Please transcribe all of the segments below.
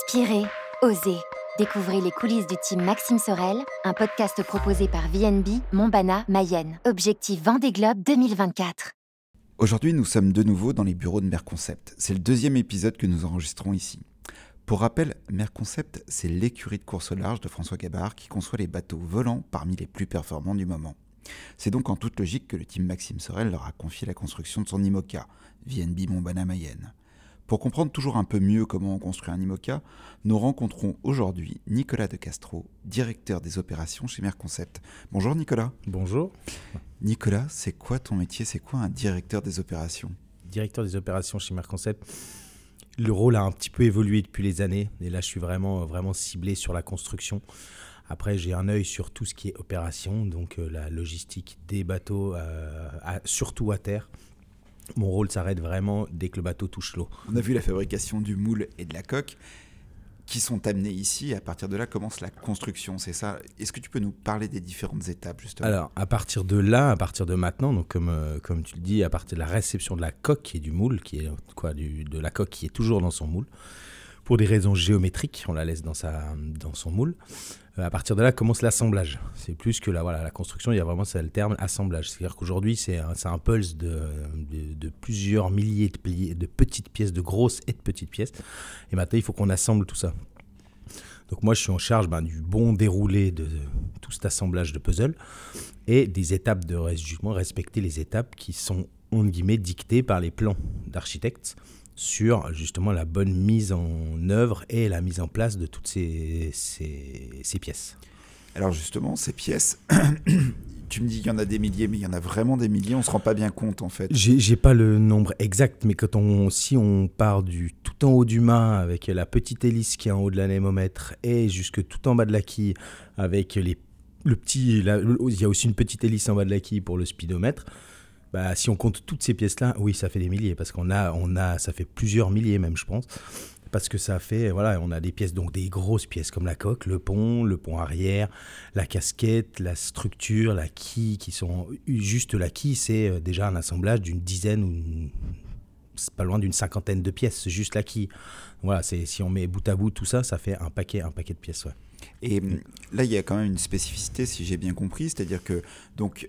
Inspirez, osez. Découvrez les coulisses du team Maxime Sorel, un podcast proposé par VNB Montbana Mayenne. Objectif Vendée Globe 2024. Aujourd'hui, nous sommes de nouveau dans les bureaux de Merconcept. C'est le deuxième épisode que nous enregistrons ici. Pour rappel, Merconcept, c'est l'écurie de course au large de François Gabard qui conçoit les bateaux volants parmi les plus performants du moment. C'est donc en toute logique que le team Maxime Sorel leur a confié la construction de son IMOCA, VNB Montbana Mayenne. Pour comprendre toujours un peu mieux comment on construit un IMOCA, nous rencontrons aujourd'hui Nicolas de Castro, directeur des opérations chez Merconcept. Bonjour Nicolas. Bonjour. Nicolas, c'est quoi ton métier ? C'est quoi un directeur des opérations ? Directeur des opérations chez Merconcept. Le rôle a un petit peu évolué depuis les années. Et là, je suis vraiment ciblé sur la construction. Après, j'ai un œil sur tout ce qui est opération, donc la logistique des bateaux, surtout à terre. Mon rôle s'arrête vraiment dès que le bateau touche l'eau. On a vu la fabrication du moule et de la coque qui sont amenés ici. Et à partir de là commence la construction, c'est ça ? Est-ce que tu peux nous parler des différentes étapes justement ? Alors, à partir de maintenant, donc comme tu le dis, à partir de la réception de la coque et du moule, de la coque qui est toujours dans son moule, pour des raisons géométriques, on la laisse dans son moule. À partir de là commence l'assemblage. C'est plus que la construction, il y a vraiment le terme assemblage. C'est-à-dire qu'aujourd'hui, c'est un pulse de plusieurs milliers de petites pièces, de grosses et de petites pièces. Et maintenant, il faut qu'on assemble tout ça. Donc moi, je suis en charge du bon déroulé de tout cet assemblage de puzzle et des étapes justement respecter les étapes qui sont, entre guillemets, dictées par les plans d'architectes sur justement la bonne mise en œuvre et la mise en place de toutes ces pièces. Alors justement, ces pièces, tu me dis qu'il y en a des milliers, mais il y en a vraiment des milliers, on ne se rend pas bien compte en fait. J'ai pas le nombre exact, mais si on part du tout en haut du mât avec la petite hélice qui est en haut de l'anémomètre et jusque tout en bas de la quille avec il y a aussi une petite hélice en bas de la quille pour le speedomètre. Si on compte toutes ces pièces-là, oui, ça fait des milliers, parce ça fait plusieurs milliers même, je pense, parce que ça fait, on a des pièces, donc des grosses pièces comme la coque, le pont arrière, la casquette, la structure, la quille, qui sont juste la quille, c'est déjà un assemblage d'une dizaine c'est pas loin d'une cinquantaine de pièces, c'est juste la quille. Voilà, si on met bout à bout tout ça, ça fait un paquet de pièces, ouais. Et là, il y a quand même une spécificité, si j'ai bien compris, c'est-à-dire que donc,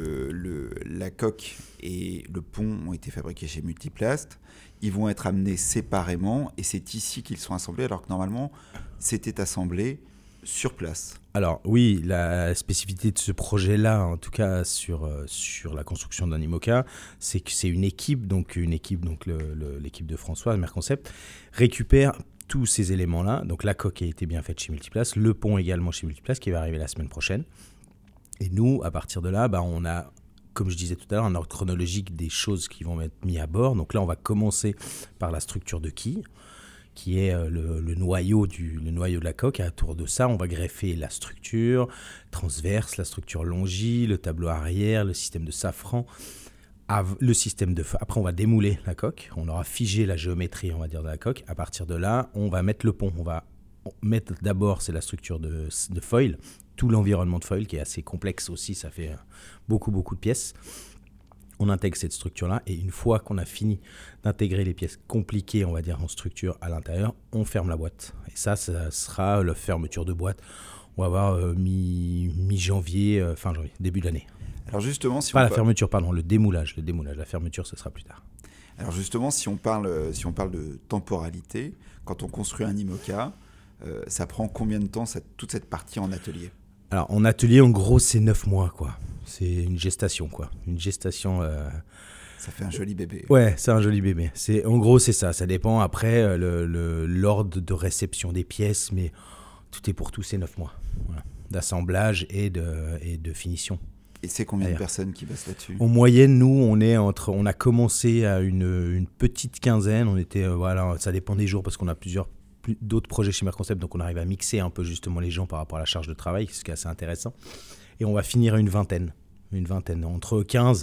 la coque et le pont ont été fabriqués chez Multiplast, ils vont être amenés séparément et c'est ici qu'ils sont assemblés, alors que normalement, c'était assemblé sur place. Alors oui, la spécificité de ce projet-là, en tout cas sur la construction d'un IMOCA, c'est que c'est une équipe, l'équipe de François, Merconcept, récupère tous ces éléments-là. Donc la coque a été bien faite chez Multiplast, le pont également chez Multiplast qui va arriver la semaine prochaine. Et nous, à partir de là, on a, comme je disais tout à l'heure, un ordre chronologique des choses qui vont être mises à bord. Donc là, on va commencer par la structure de quille, qui est le noyau de la coque. Et autour de ça, on va greffer la structure transverse, la structure longie, le tableau arrière, le système de safran. Après, on va démouler la coque. On aura figé la géométrie, on va dire, de la coque. À partir de là, on va mettre le pont. On va mettre d'abord, c'est la structure de foil, tout l'environnement de foil qui est assez complexe aussi. Ça fait beaucoup de pièces. On intègre cette structure-là et une fois qu'on a fini d'intégrer les pièces compliquées, on va dire, en structure à l'intérieur, on ferme la boîte. Et ça sera la fermeture de boîte. On va voir mi-janvier, fin janvier, début de l'année. Alors justement, le démoulage. La fermeture, ce sera plus tard. Alors justement, si on parle de temporalité, quand on construit un IMOCA, ça prend combien de temps toute cette partie en atelier ? Alors en atelier, en gros, c'est 9 mois, quoi. C'est une gestation, quoi. Une gestation. Ça fait un joli bébé. Ouais, c'est un joli bébé. En gros, c'est ça. Ça dépend après l'ordre de réception des pièces, mais tout est pour tout, c'est 9 mois. Voilà. D'assemblage et de finition. Et c'est combien de personnes qui bossent là-dessus ? En moyenne, nous, on a commencé à une petite quinzaine. On était, ça dépend des jours parce qu'on a d'autres projets chez Merconcept, donc on arrive à mixer un peu justement les gens par rapport à la charge de travail, ce qui est assez intéressant. Et on va finir à une vingtaine, entre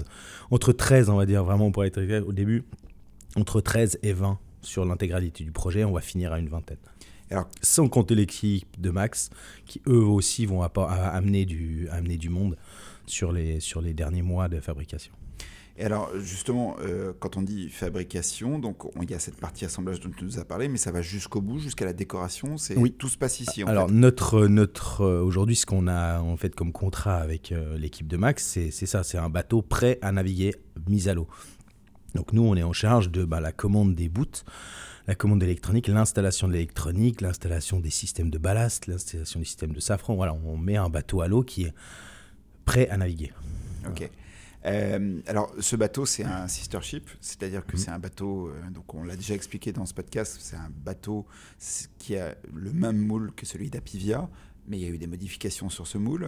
13, on va dire, vraiment pour être au début, entre 13 et 20 sur l'intégralité du projet, on va finir à une vingtaine. Alors, sans compter l'équipe de Max, qui eux aussi vont amener du monde sur les derniers mois de fabrication. Et alors, justement, quand on dit fabrication, donc il y a cette partie assemblage dont tu nous as parlé, mais ça va jusqu'au bout, jusqu'à la décoration. Oui. Tout se passe ici, en Alors, fait. aujourd'hui, ce qu'on a en fait comme contrat avec l'équipe de Max, c'est ça, c'est un bateau prêt à naviguer, mis à l'eau. Donc nous, on est en charge de la commande des bouts, la commande d'électronique, l'installation de l'électronique, l'installation des systèmes de ballast, l'installation des systèmes de safran. Voilà, on met un bateau à l'eau qui est prêt à naviguer. Ok. Alors, ce bateau, c'est un sister ship, c'est-à-dire que c'est un bateau, donc on l'a déjà expliqué dans ce podcast, c'est un bateau qui a le même moule que celui d'Apivia, mais il y a eu des modifications sur ce moule.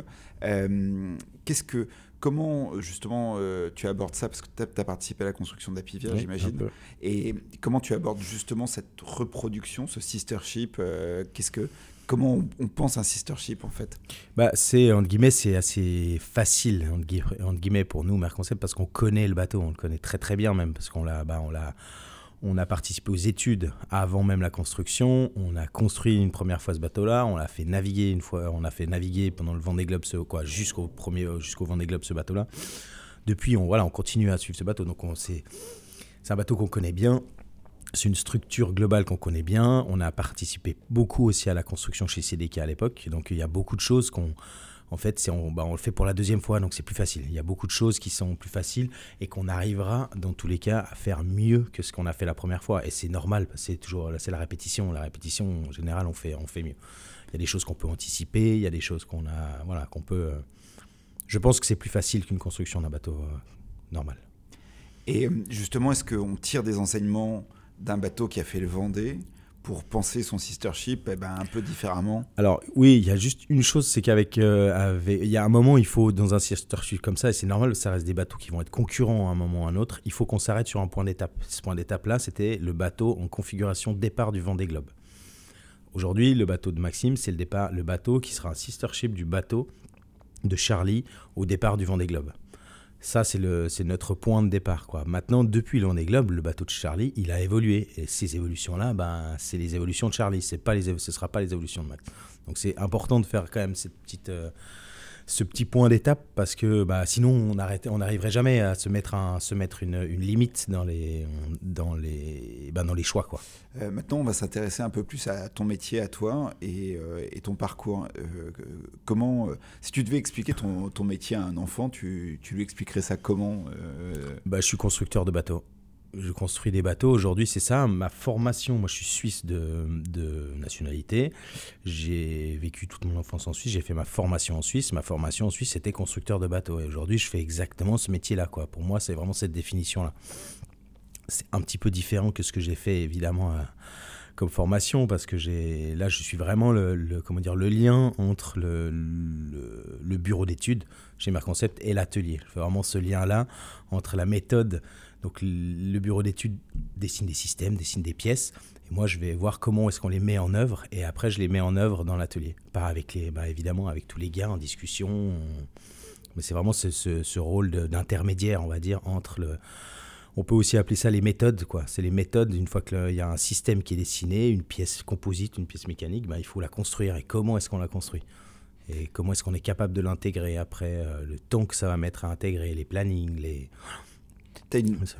Comment justement tu abordes ça, parce que tu as participé à la construction d'Apivia, Oui, j'imagine, et comment tu abordes justement cette reproduction, ce sister ship, comment on pense un sister ship en fait? C'est entre guillemets, c'est assez facile entre guillemets pour nous Merconcept parce qu'on connaît le bateau, on le connaît très très bien même parce on a participé aux études avant même la construction, on a construit une première fois ce bateau-là, on l'a fait naviguer une fois, on a fait naviguer pendant le Vendée Globe jusqu'au Vendée Globe ce bateau-là. Depuis on continue à suivre ce bateau, donc c'est un bateau qu'on connaît bien. C'est une structure globale qu'on connaît bien. On a participé beaucoup aussi à la construction chez CDK à l'époque. Donc, il y a beaucoup de choses on le fait pour la deuxième fois, donc c'est plus facile. Il y a beaucoup de choses qui sont plus faciles et qu'on arrivera, dans tous les cas, à faire mieux que ce qu'on a fait la première fois. Et c'est normal, c'est la répétition. La répétition, en général, on fait mieux. Il y a des choses qu'on peut anticiper, il y a des choses qu'on peut... Je pense que c'est plus facile qu'une construction d'un bateau normal. Et justement, est-ce qu'on tire des enseignements d'un bateau qui a fait le Vendée pour penser son sister ship un peu différemment? Alors oui, il y a juste une chose, c'est qu'avec il y a un moment, il faut dans un sister ship comme ça, et c'est normal, ça reste des bateaux qui vont être concurrents à un moment ou à un autre, il faut qu'on s'arrête sur un point d'étape. Ce point d'étape-là, c'était le bateau en configuration départ du Vendée Globe. Aujourd'hui, le bateau de Maxime, c'est le bateau qui sera un sister ship du bateau de Charlie au départ du Vendée Globe. Ça, c'est notre point de départ, quoi. Maintenant, depuis le Vendée Globe, le bateau de Charlie, il a évolué. Et ces évolutions-là, c'est les évolutions de Charlie. Ce ne sera pas les évolutions de Max. Donc, c'est important de faire quand même ce petit point d'étape parce que sinon, on n'arriverait jamais à se mettre une limite dans les choix, quoi. Maintenant, on va s'intéresser un peu plus à ton métier, à toi et ton parcours. Si tu devais expliquer ton métier à un enfant, tu lui expliquerais ça comment? Je suis constructeur de bateaux. Je construis des bateaux. Aujourd'hui, c'est ça. Ma formation, moi, je suis suisse de nationalité. J'ai vécu toute mon enfance en Suisse. J'ai fait ma formation en Suisse. Ma formation en Suisse, c'était constructeur de bateaux. Et aujourd'hui, je fais exactement ce métier-là, quoi. Pour moi, c'est vraiment cette définition-là. C'est un petit peu différent que ce que j'ai fait, évidemment, comme formation, parce que là, je suis vraiment le lien entre le bureau d'études chez Merconcept et l'atelier. Je fais vraiment ce lien-là entre la méthode. Donc le bureau d'études dessine des systèmes, dessine des pièces, et moi je vais voir comment est-ce qu'on les met en œuvre, et après je les mets en œuvre dans l'atelier. Pas avec évidemment avec tous les gars en discussion, mais c'est vraiment ce rôle d'intermédiaire, on va dire, on peut aussi appeler ça les méthodes, quoi. C'est les méthodes, une fois qu'il y a un système qui est dessiné, une pièce composite, une pièce mécanique, il faut la construire, et comment est-ce qu'on la construit ? Et comment est-ce qu'on est capable de l'intégrer après, le temps que ça va mettre à intégrer, les plannings, T'as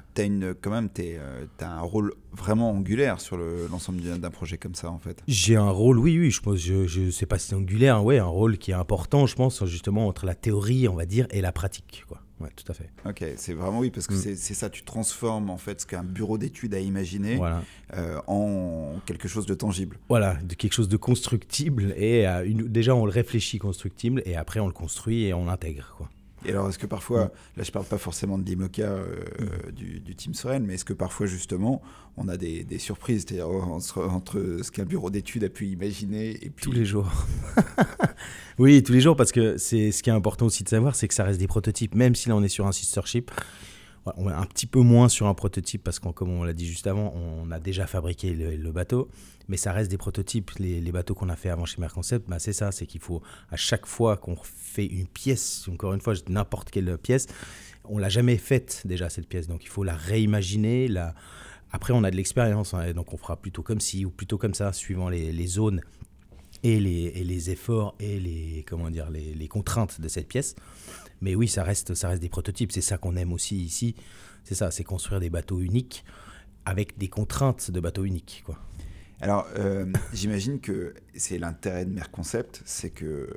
un rôle vraiment angulaire sur l'ensemble d'un projet comme ça, en fait. J'ai un rôle, oui, je pense, je sais pas si c'est angulaire, un rôle qui est important, je pense, justement, entre la théorie, on va dire, et la pratique, quoi. Ouais, tout à fait. Ok, c'est vraiment parce que c'est ça, tu transformes en fait ce qu'un bureau d'études a imaginé en quelque chose de tangible. Voilà, de quelque chose de constructible, et déjà on le réfléchit constructible, et après on le construit et on l'intègre, quoi. Et alors, est-ce que parfois, là je parle pas forcément de l'IMOCA du Team Sorel, mais est-ce que parfois justement on a des surprises, c'est-à-dire entre ce qu'un bureau d'études a pu imaginer et puis... Tous les jours. Oui, tous les jours, parce que ce qui est important aussi de savoir, c'est que ça reste des prototypes, même si là on est sur un sister ship. On est un petit peu moins sur un prototype parce que, comme on l'a dit juste avant, on a déjà fabriqué le bateau, mais ça reste des prototypes. Les bateaux qu'on a fait avant chez Merconcept, c'est ça, c'est qu'il faut, à chaque fois qu'on fait une pièce, encore une fois, n'importe quelle pièce, on ne l'a jamais faite déjà cette pièce, donc il faut la réimaginer. Après, on a de l'expérience, donc on fera plutôt comme ci ou plutôt comme ça, suivant les zones et les efforts et les contraintes de cette pièce. Mais oui, ça reste des prototypes. C'est ça qu'on aime aussi ici. C'est ça, c'est construire des bateaux uniques avec des contraintes de bateaux uniques, quoi. Alors, j'imagine que c'est l'intérêt de Merconcept, c'est que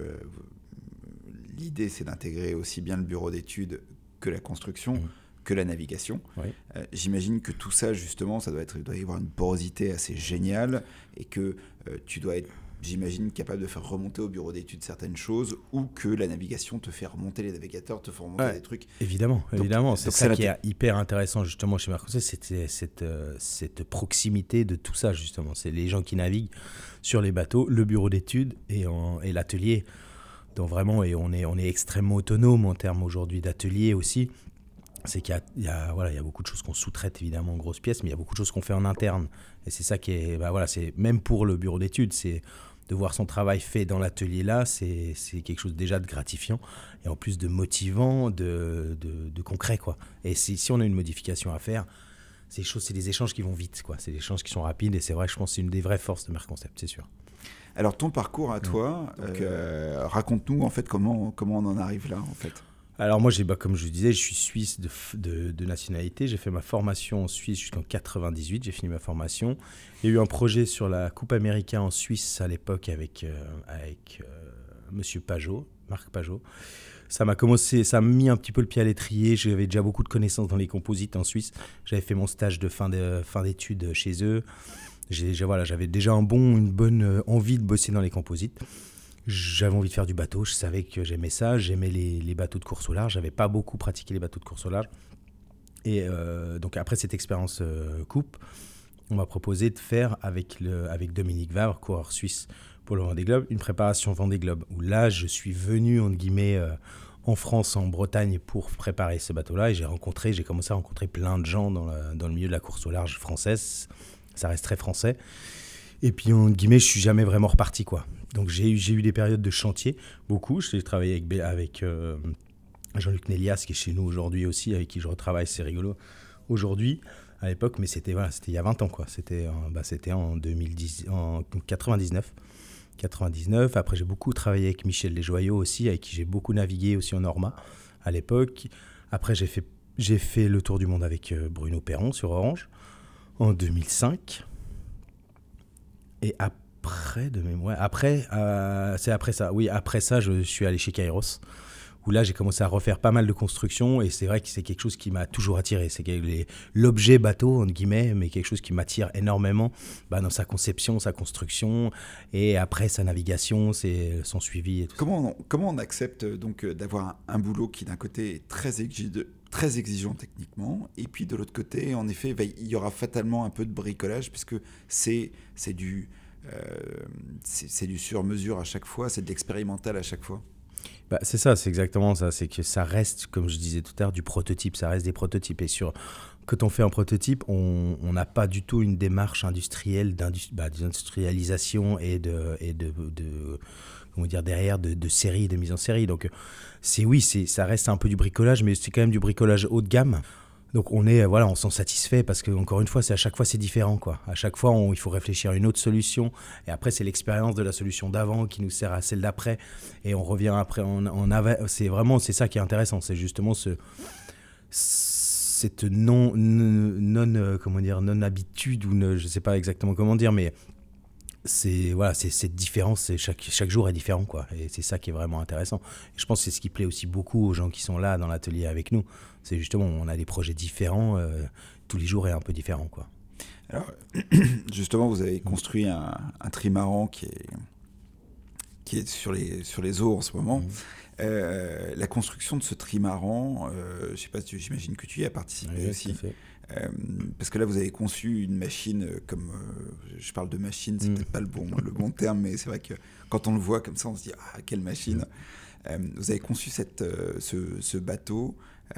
l'idée, c'est d'intégrer aussi bien le bureau d'études que la construction, que la navigation. Oui. J'imagine que tout ça, justement, il doit y avoir une porosité assez géniale et que tu dois être, j'imagine, capable de faire remonter au bureau d'études certaines choses ou que la navigation te fait remonter, les navigateurs te font remonter des trucs. Évidemment. C'est donc ça qui est hyper intéressant justement chez Merconcept, c'est cette proximité de tout ça justement. C'est les gens qui naviguent sur les bateaux, le bureau d'études et l'atelier. Donc vraiment, et on est extrêmement autonome en termes aujourd'hui d'atelier aussi. C'est qu'il y a beaucoup de choses qu'on sous-traite évidemment en grosses pièces, mais il y a beaucoup de choses qu'on fait en interne. Et c'est ça qui est, c'est même pour le bureau d'études, c'est de voir son travail fait dans l'atelier là, c'est quelque chose déjà de gratifiant et en plus de motivant, de concret, quoi. Et si on a une modification à faire, c'est des échanges qui vont vite, quoi. C'est des échanges qui sont rapides et c'est vrai, je pense que c'est une des vraies forces de Merconcept, c'est sûr. Alors ton parcours à toi, raconte-nous en fait comment on en arrive là en fait. Alors moi, comme je le disais, je suis suisse de nationalité. J'ai fait ma formation en Suisse jusqu'en 98. J'ai fini ma formation. Il y a eu un projet sur la Coupe América en Suisse à l'époque avec Monsieur Pajot, Marc Pajot. Ça m'a mis un petit peu le pied à l'étrier. J'avais déjà beaucoup de connaissances dans les composites en Suisse. J'avais fait mon stage de fin d'études chez eux. J'avais déjà une bonne envie de bosser dans les composites. J'avais envie de faire du bateau, je savais que j'aimais ça, j'aimais les bateaux de course au large, j'avais pas beaucoup pratiqué les bateaux de course au large. Et donc après cette expérience coupe, on m'a proposé de faire avec Dominique Vavre, coureur suisse pour le Vendée Globe, une préparation Vendée Globe, où là je suis venu entre guillemets en France, en Bretagne pour préparer ce bateau-là et j'ai commencé à rencontrer plein de gens dans le milieu de la course au large française, ça reste très français. Et puis, en guillemets, je suis jamais vraiment reparti, quoi. Donc, j'ai eu des périodes de chantier, beaucoup. J'ai travaillé avec Jean-Luc Nélias, qui est chez nous aujourd'hui aussi, avec qui je retravaille, c'est rigolo, aujourd'hui, à l'époque. Mais c'était il y a 20 ans, quoi. C'était en 99. Après, j'ai beaucoup travaillé avec Michel Desjoyaux aussi, avec qui j'ai beaucoup navigué aussi en Norma, à l'époque. Après, j'ai fait le tour du monde avec Bruno Perron sur Orange, en 2005. Et après ça, je suis allé chez Kairos, où là, j'ai commencé à refaire pas mal de constructions, et c'est vrai que c'est quelque chose qui m'a toujours attiré. C'est l'objet bateau, entre guillemets, mais quelque chose qui m'attire énormément dans sa conception, sa construction, et après sa navigation, son suivi. Et tout comment on accepte donc d'avoir un boulot qui d'un côté est très exigeant techniquement, et puis de l'autre côté, en effet, il y aura fatalement un peu de bricolage, puisque c'est du sur-mesure à chaque fois, c'est de l'expérimental à chaque fois. C'est ça, c'est exactement ça. C'est que ça reste, comme je disais tout à l'heure, du prototype. Ça reste des prototypes. Et quand on fait un prototype, on n'a pas du tout une démarche industrielle d'industrialisation et comment dire, derrière de série, de mise en série. Donc ça reste un peu du bricolage, mais c'est quand même du bricolage haut de gamme. Donc on s'en satisfait parce que encore une fois, à chaque fois c'est différent, quoi. À chaque fois il faut réfléchir à une autre solution et après c'est l'expérience de la solution d'avant qui nous sert à celle d'après et on revient après c'est ça qui est intéressant, c'est justement cette non habitude ou je sais pas exactement comment dire, mais c'est cette différence, chaque jour est différent, quoi, et c'est ça qui est vraiment intéressant. Et je pense que c'est ce qui plaît aussi beaucoup aux gens qui sont là dans l'atelier avec nous, c'est justement on a des projets différents, tous les jours est un peu différent, quoi. Alors justement, vous avez construit un trimaran qui est sur les eaux en ce moment. La construction de ce trimaran, je sais pas, j'imagine que tu y as participé aussi. Parce que là, vous avez conçu une machine comme... je parle de machine, c'est peut-être pas le bon terme, mais c'est vrai que quand on le voit comme ça, on se dit « Ah, quelle machine !» Vous avez conçu ce bateau.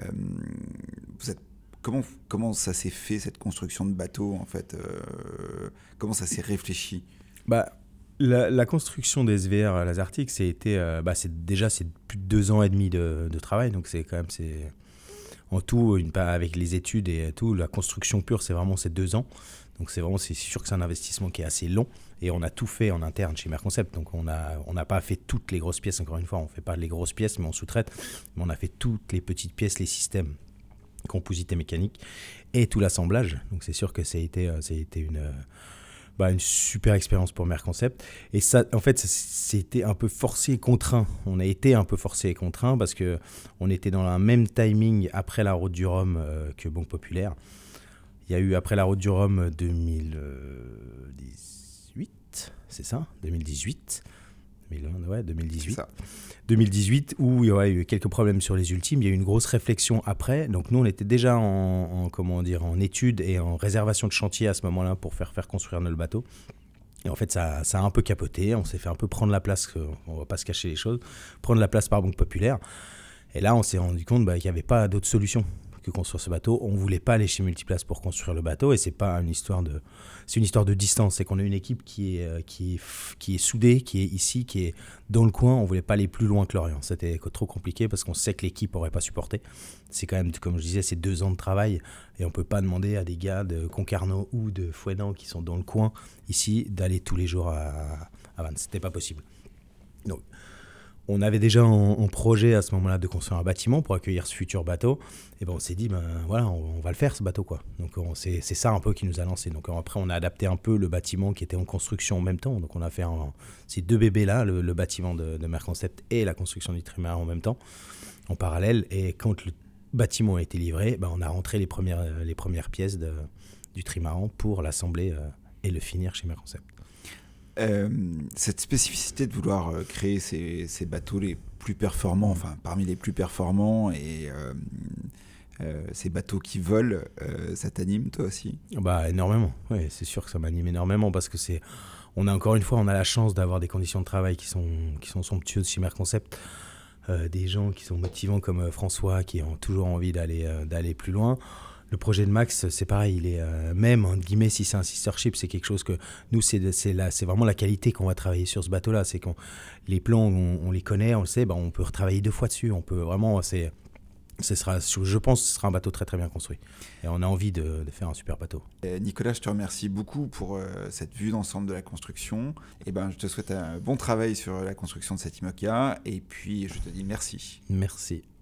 Comment ça s'est fait, cette construction de bateau, en fait comment ça s'est réfléchi ? La construction des SVR Lazartic, c'est plus de 2 ans et demi de travail, donc c'est quand même... En tout, avec les études et tout, la construction pure, c'est vraiment ces 2 ans. Donc c'est sûr que c'est un investissement qui est assez long. Et on a tout fait en interne chez Merconcept. Donc on n'a pas fait toutes les grosses pièces, encore une fois. On ne fait pas les grosses pièces, mais on sous-traite. Mais on a fait toutes les petites pièces, les systèmes, composite et mécanique, et tout l'assemblage. Donc c'est sûr que ça a été une super expérience pour Merconcept. Et ça, en fait, c'était un peu forcé et contraint. On a été un peu forcé et contraint parce qu'on était dans le même timing après la Route du Rhum que Banque Populaire. Il y a eu après la Route du Rhum 2018, c'est ça 2018 2018. C'est ça. 2018, où il y a eu quelques problèmes sur les ultimes. Il y a eu une grosse réflexion après. Donc nous, on était déjà en études et en réservation de chantier à ce moment-là pour faire construire notre bateau. Et en fait, ça a un peu capoté. On s'est fait un peu prendre la place, on ne va pas se cacher les choses, prendre la place par Banque Populaire. Et là, on s'est rendu compte qu'il n'y avait pas d'autre solution que construire ce bateau. On ne voulait pas aller chez Multiplace pour construire le bateau, et c'est une histoire de distance. C'est qu'on a une équipe qui est soudée, qui est ici, qui est dans le coin. On ne voulait pas aller plus loin que Lorient. C'était trop compliqué parce qu'on sait que l'équipe n'aurait pas supporté. C'est quand même, comme je disais, c'est 2 ans de travail, et on ne peut pas demander à des gars de Concarneau ou de Fouesnant qui sont dans le coin ici d'aller tous les jours à Vannes. C'était pas possible. Donc on avait déjà en projet à ce moment-là de construire un bâtiment pour accueillir ce futur bateau. Et on s'est dit, voilà, on va le faire, ce bateau, quoi. Donc c'est ça un peu qui nous a lancé. Donc après, on a adapté un peu le bâtiment qui était en construction en même temps. Donc on a fait ces 2 bébés-là, le bâtiment de Merconcept et la construction du trimaran en même temps, en parallèle. Et quand le bâtiment a été livré, on a rentré les premières pièces du trimaran pour l'assembler et le finir chez Merconcept. Cette spécificité de vouloir créer ces bateaux les plus performants, enfin parmi les plus performants, et ces bateaux qui volent, ça t'anime toi aussi? Énormément, oui, c'est sûr que ça m'anime énormément parce que on a la chance d'avoir des conditions de travail qui sont somptueuses chez Merconcept, des gens qui sont motivants comme François, qui ont toujours envie d'aller plus loin. Le projet de Max, c'est pareil, il est même, entre guillemets, si c'est un sister ship, c'est quelque chose que nous, c'est vraiment la qualité qu'on va travailler sur ce bateau-là. C'est qu'on les plans, on les connaît, on le sait, on peut retravailler 2 fois dessus. On peut vraiment, je pense que ce sera un bateau très très bien construit. Et on a envie de faire un super bateau. Nicolas, je te remercie beaucoup pour cette vue d'ensemble de la construction. Et je te souhaite un bon travail sur la construction de cette IMOCA. Et puis, je te dis merci. Merci.